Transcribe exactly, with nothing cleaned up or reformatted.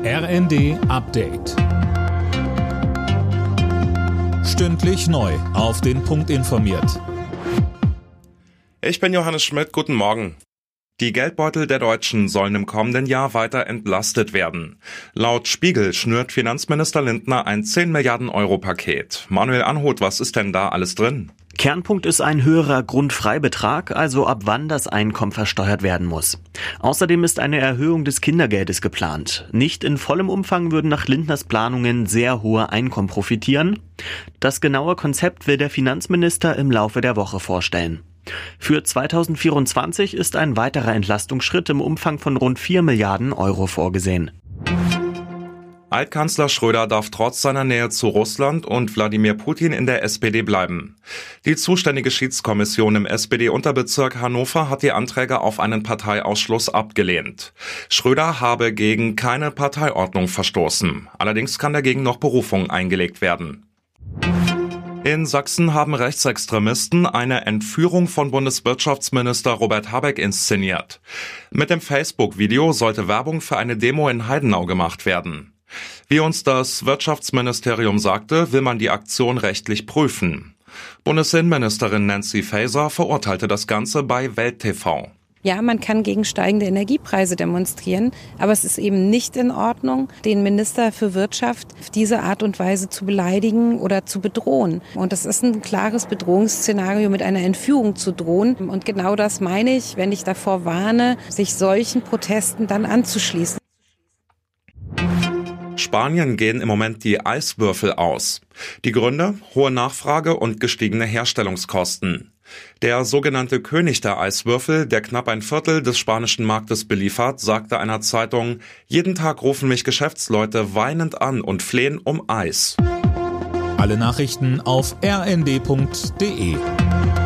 R N D Update. Stündlich neu auf den Punkt informiert. Ich bin Johannes Schmidt, guten Morgen. Die Geldbeutel der Deutschen sollen im kommenden Jahr weiter entlastet werden. Laut Spiegel schnürt Finanzminister Lindner ein zehn Milliarden Euro Paket. Manuel Anhut, was ist denn da alles drin? Kernpunkt ist ein höherer Grundfreibetrag, also ab wann das Einkommen versteuert werden muss. Außerdem ist eine Erhöhung des Kindergeldes geplant. Nicht in vollem Umfang würden nach Lindners Planungen sehr hohe Einkommen profitieren. Das genaue Konzept will der Finanzminister im Laufe der Woche vorstellen. Für zweitausendvierundzwanzig ist ein weiterer Entlastungsschritt im Umfang von rund vier Milliarden Euro vorgesehen. Altkanzler Schröder darf trotz seiner Nähe zu Russland und Wladimir Putin in der S P D bleiben. Die zuständige Schiedskommission im S P D-Unterbezirk Hannover hat die Anträge auf einen Parteiausschluss abgelehnt. Schröder habe gegen keine Parteiordnung verstoßen. Allerdings kann dagegen noch Berufung eingelegt werden. In Sachsen haben Rechtsextremisten eine Entführung von Bundeswirtschaftsminister Robert Habeck inszeniert. Mit dem Facebook-Video sollte Werbung für eine Demo in Heidenau gemacht werden. Wie uns das Wirtschaftsministerium sagte, will man die Aktion rechtlich prüfen. Bundesinnenministerin Nancy Faeser verurteilte das Ganze bei Welt T V. Ja, man kann gegen steigende Energiepreise demonstrieren, aber es ist eben nicht in Ordnung, den Minister für Wirtschaft auf diese Art und Weise zu beleidigen oder zu bedrohen. Und das ist ein klares Bedrohungsszenario, mit einer Entführung zu drohen. Und genau das meine ich, wenn ich davor warne, sich solchen Protesten dann anzuschließen. Spanien gehen im Moment die Eiswürfel aus. Die Gründe? Hohe Nachfrage und gestiegene Herstellungskosten. Der sogenannte König der Eiswürfel, der knapp ein Viertel des spanischen Marktes beliefert, sagte einer Zeitung: Jeden Tag rufen mich Geschäftsleute weinend an und flehen um Eis. Alle Nachrichten auf r n d punkt d e.